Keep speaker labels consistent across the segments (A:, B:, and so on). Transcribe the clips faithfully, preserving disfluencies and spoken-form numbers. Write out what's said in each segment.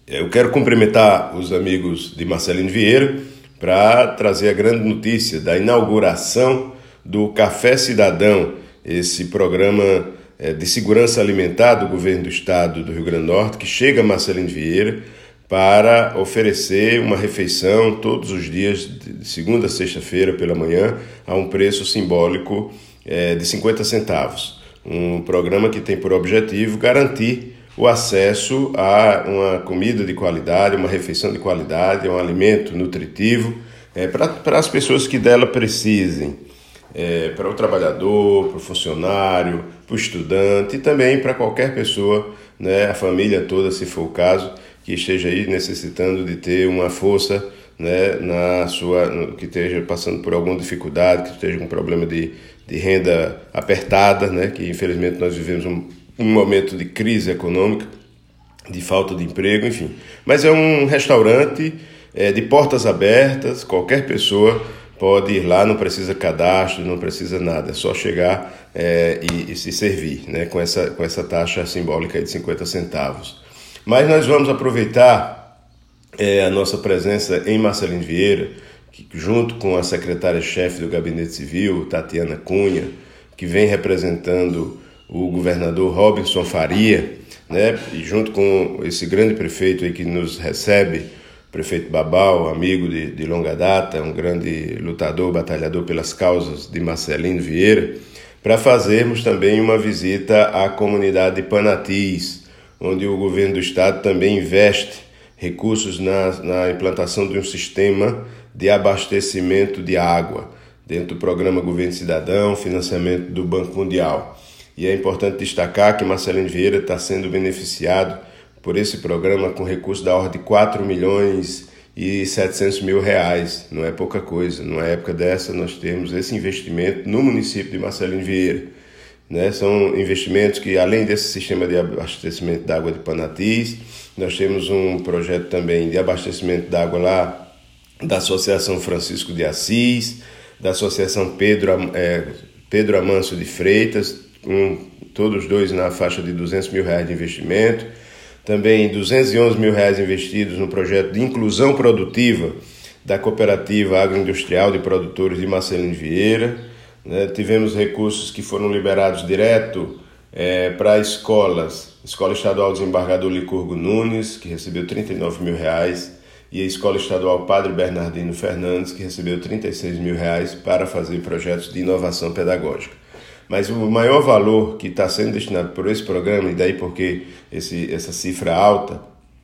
A: Eu quero cumprimentar os amigos de Marcelino Vieira para trazer a grande notícia da inauguração do Café Cidadão, esse programa de segurança alimentar do governo do estado do Rio Grande do Norte, que chega a Marcelino Vieira para oferecer uma refeição todos os dias, de segunda a sexta-feira pela manhã, a um preço simbólico é, de cinquenta centavos. Um programa que tem por objetivo garantir o acesso a uma comida de qualidade, uma refeição de qualidade, um alimento nutritivo é, para as pessoas que dela precisem, é, para o trabalhador, para o funcionário, para o estudante e também para qualquer pessoa, né, a família toda, se for o caso, que esteja aí necessitando de ter uma força, né, na sua, que esteja passando por alguma dificuldade, que esteja com problema de, de renda apertada, né, que infelizmente nós vivemos um um momento de crise econômica, de falta de emprego, enfim. Mas é um restaurante é, de portas abertas, qualquer pessoa pode ir lá, não precisa cadastro, não precisa nada, é só chegar é, e, e se servir, né, com essa, com essa taxa simbólica de cinquenta centavos. Mas nós vamos aproveitar é, a nossa presença em Marcelino Vieira, que, junto com a secretária-chefe do Gabinete Civil, Tatiana Cunha, que vem representando o governador Robinson Faria, né, e junto com esse grande prefeito aí que nos recebe, o prefeito Babau, amigo de, de longa data, um grande lutador, batalhador pelas causas de Marcelino Vieira, para fazermos também uma visita à comunidade de Panatis, onde o governo do estado também investe recursos na, na implantação de um sistema de abastecimento de água, dentro do programa Governo Cidadão, financiamento do Banco Mundial. E é importante destacar que Marcelino Vieira está sendo beneficiado por esse programa com recursos da ordem de quatro milhões e setecentos mil reais. Não é pouca coisa. Numa época dessa, nós temos esse investimento no município de Marcelino Vieira. Né? São investimentos que, além desse sistema de abastecimento de água de Panatis, nós temos um projeto também de abastecimento de água lá da Associação Francisco de Assis, da Associação Pedro, é, Pedro Amâncio de Freitas, Um, todos dois na faixa de duzentos mil reais de investimento, também duzentos e onze mil reais investidos no projeto de inclusão produtiva da Cooperativa Agroindustrial de Produtores de Marcelino Vieira, né? Tivemos recursos que foram liberados direto é, para escolas, Escola Estadual Desembargador Licurgo Nunes, que recebeu trinta e nove mil reais, e a Escola Estadual Padre Bernardino Fernandes, que recebeu trinta e seis mil reais para fazer projetos de inovação pedagógica. Mas o maior valor que está sendo destinado por esse programa, e daí porque esse, essa cifra alta,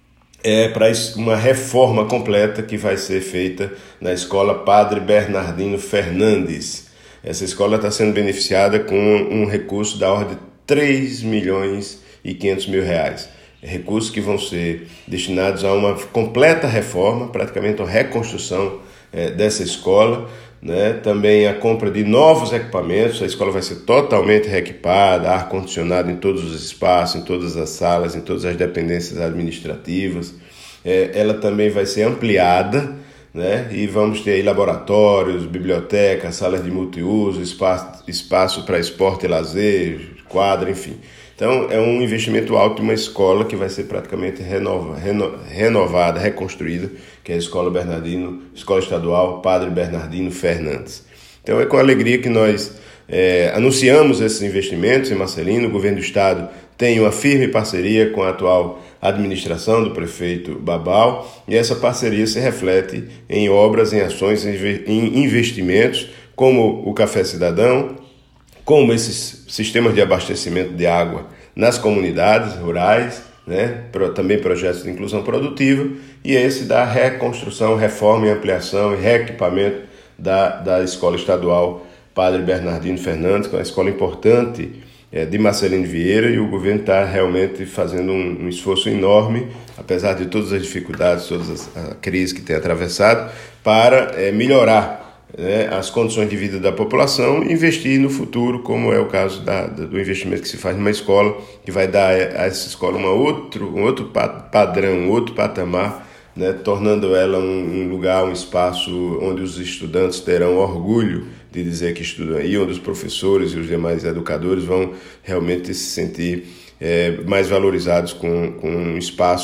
A: é para uma reforma completa que vai ser feita na Escola Padre Bernardino Fernandes. Essa escola está sendo beneficiada com um recurso da ordem de três milhões e quinhentos mil reais. Recursos que vão ser destinados a uma completa reforma, praticamente uma reconstrução é, dessa escola, né? Também a compra de novos equipamentos. A escola vai ser totalmente reequipada, ar-condicionado em todos os espaços, em todas as salas, em todas as dependências administrativas. É, ela também vai ser ampliada, né? E vamos ter aí laboratórios, bibliotecas, salas de multiuso, espaço, espaço para esporte e lazer, quadra, enfim. Então é um investimento alto em uma escola que vai ser praticamente renova, reno, renovada, reconstruída, que é a Escola Bernardino, Escola Estadual Padre Bernardino Fernandes. Então é com alegria que nós é, anunciamos esses investimentos em Marcelino. O governo do estado tem uma firme parceria com a atual administração do prefeito Babau, e essa parceria se reflete em obras, em ações, em investimentos, como o Café Cidadão, como esses sistemas de abastecimento de água nas comunidades rurais, né? Também projetos de inclusão produtiva, e esse da reconstrução, reforma e ampliação e reequipamento da, da Escola Estadual Padre Bernardino Fernandes, que é uma escola importante é, de Marcelino Vieira, e o governo está realmente fazendo um, um esforço enorme, apesar de todas as dificuldades, todas as a crise que tem atravessado, para é, melhorar, né, as condições de vida da população e investir no futuro, como é o caso da, do investimento que se faz numa escola, que vai dar a essa escola uma outro, um outro padrão, um outro patamar, né, tornando ela um, um lugar, um espaço onde os estudantes terão orgulho de dizer que estudam aí, onde os professores e os demais educadores vão realmente se sentir é, mais valorizados com, com um espaço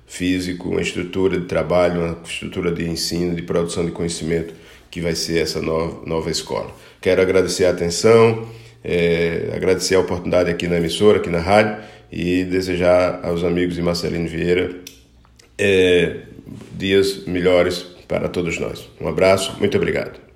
A: físico, uma estrutura de trabalho, uma estrutura de ensino, de produção de conhecimento que vai ser essa nova, nova escola. Quero agradecer a atenção, é, agradecer a oportunidade aqui na emissora, aqui na rádio, e desejar aos amigos de Marcelino Vieira é, dias melhores para todos nós. Um abraço, muito obrigado.